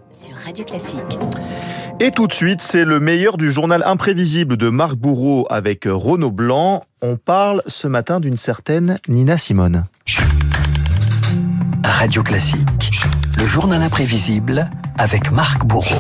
sur Radio Classique. Et tout de suite, c'est le meilleur du journal imprévisible de Marc Bourreau avec Renaud Blanc. On parle ce matin d'une certaine Nina Simone. Radio Classique, le journal imprévisible avec Marc Bourreau.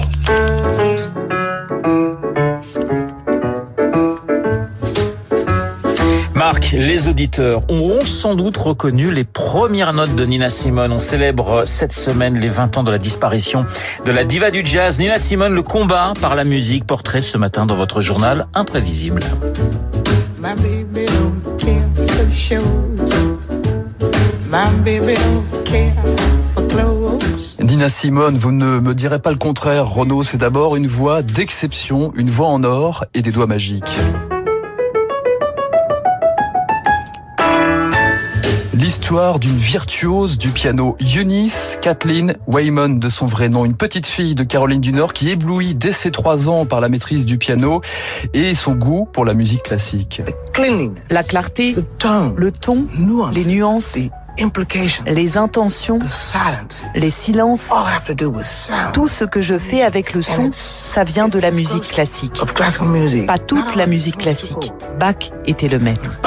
Marc, les auditeurs auront sans doute reconnu les premières notes de Nina Simone. On célèbre cette semaine les 20 ans de la disparition de la diva du jazz. Nina Simone, le combat par la musique, portrait ce matin dans votre journal imprévisible. My baby don't care for shows. My baby don't care for clothes. Nina Simone, vous ne me direz pas le contraire, Renaud, c'est d'abord une voix d'exception, une voix en or et des doigts magiques. L'histoire d'une virtuose du piano, Eunice Kathleen Waymon de son vrai nom, une petite fille de Caroline du Nord qui éblouit dès ses 3 ans par la maîtrise du piano et son goût pour la musique classique. La clarté, le ton, les nuances, les intentions, les silences, tout ce que je fais avec le son, ça vient de la musique classique. Pas toute la musique classique. Bach était le maître.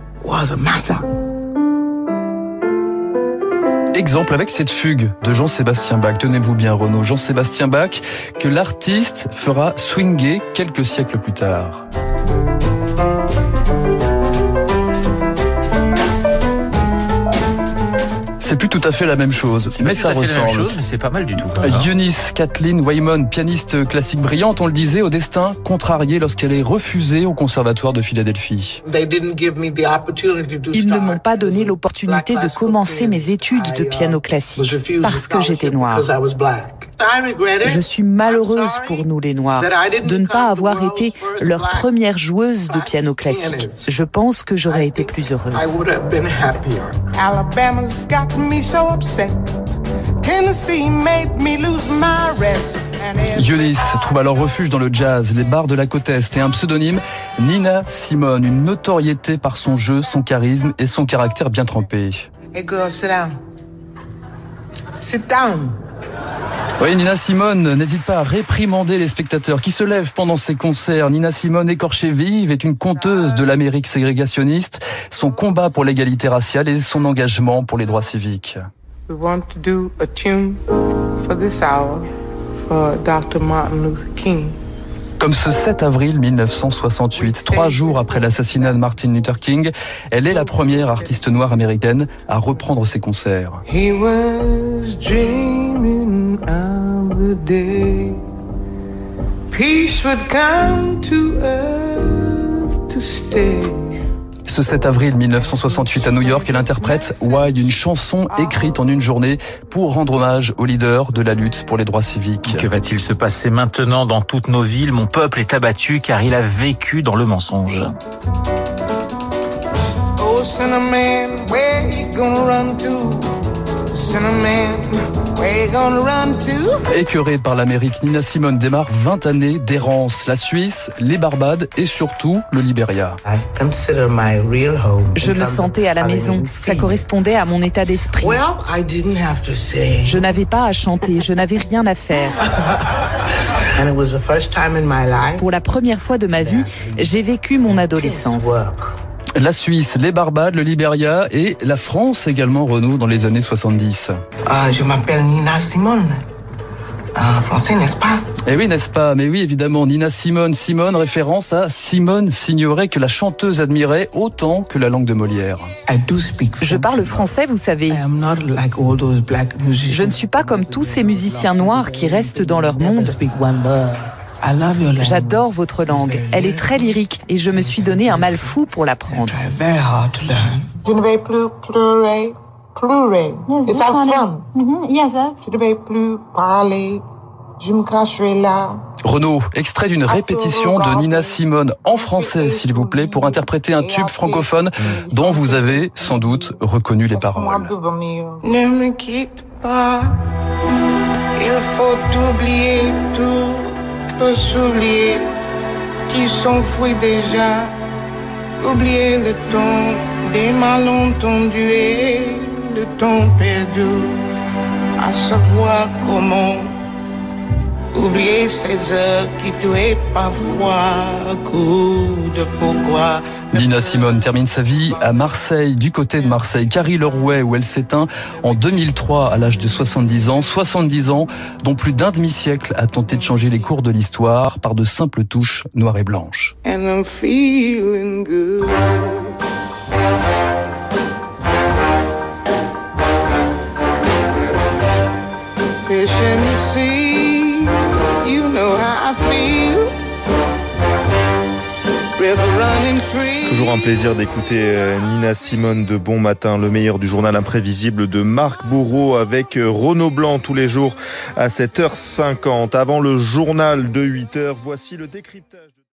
Exemple avec cette fugue de Jean-Sébastien Bach. Tenez-vous bien, Renaud. Jean-Sébastien Bach, que l'artiste fera swinger quelques siècles plus tard. C'est plus tout à fait la même chose, mais ça ressemble. C'est la même chose, mais c'est pas mal du tout. Eunice Kathleen Waymon, pianiste classique brillante, on le disait, au destin contrarié lorsqu'elle est refusée au Conservatoire de Philadelphie. Ils ne m'ont pas donné l'opportunité de commencer mes études de piano classique parce que j'étais noire. Je suis malheureuse pour nous les Noirs de ne pas avoir été leur première joueuse de piano classique. Je pense que j'aurais été plus heureuse. Alabama's got me so upset. Tennessee made me lose my rest. Eunice trouve alors refuge dans le jazz, les bars de la côte Est et un pseudonyme, Nina Simone, une notoriété par son jeu, son charisme et son caractère bien trempé. Hey girl, sit down. Sit down. Oui, Nina Simone n'hésite pas à réprimander les spectateurs qui se lèvent pendant ses concerts. Nina Simone, écorchée vive, est une conteuse de l'Amérique ségrégationniste, son combat pour l'égalité raciale et son engagement pour les droits civiques. We want to do a tune for this hour for Dr. Martin Luther King. Comme ce 7 avril 1968, 3 jours après l'assassinat de Martin Luther King, elle est la première artiste noire américaine à reprendre ses concerts. He was dreaming of the day peace would come to earth to stay. Ce 7 avril 1968 à New York, elle interprète Why, une chanson écrite en une journée pour rendre hommage au leader de la lutte pour les droits civiques. Que va-t-il se passer maintenant dans toutes nos villes ? Mon peuple est abattu car il a vécu dans le mensonge. Oh, Cinnamon, where you gonna run to? Cinnamon, where you gonna run to? Écœurée par l'Amérique, Nina Simone démarre 20 années d'errance. La Suisse, les Barbades et surtout le Libéria. Je me sentais à la maison. Ça correspondait à mon état d'esprit. Je n'avais pas à chanter, je n'avais rien à faire. Pour la première fois de ma vie, j'ai vécu mon adolescence. La Suisse, les Barbades, le Libéria et la France également, Renaud, dans les années 70. Je m'appelle Nina Simone. Français, n'est-ce pas? Eh oui, n'est-ce pas? Mais oui, évidemment, Nina Simone. Simone, référence à Simone Signoret, que la chanteuse admirait autant que la langue de Molière. Je parle français, vous savez. Je ne suis pas comme tous ces musiciens noirs qui restent dans leur monde. J'adore votre langue. Elle est très lyrique et je me suis donné un mal fou pour l'apprendre. Je ne vais plus pleurer. It's our fun. Yes, sir. Je ne vais plus parler. Je me cacherai là. Renaud, extrait d'une répétition de Nina Simone en français, s'il vous plaît, pour interpréter un tube francophone dont vous avez sans doute reconnu les paroles. Ne me quitte pas. Il faut oublier tout. Te souliers qui s'enfuient déjà, oublier le temps des malentendus et le temps perdu, à savoir comment Oublier ces heures qui tuaient parfois, coup de pourquoi. Nina Simone termine sa vie à Marseille, du côté de Marseille, Carry-le-Rouet, où elle s'éteint en 2003 à l'âge de 70 ans. 70 ans dont plus d'un demi-siècle a tenté de changer les cours de l'histoire par de simples touches noires et blanches. And I'm feeling good. Fish in the sea, you know how I feel. River running free. Toujours un plaisir d'écouter Nina Simone de Bon Matin, le meilleur du journal imprévisible de Marc Bourreau avec Renaud Blanc tous les jours à 7h50. Avant le journal de 8h, voici le décryptage.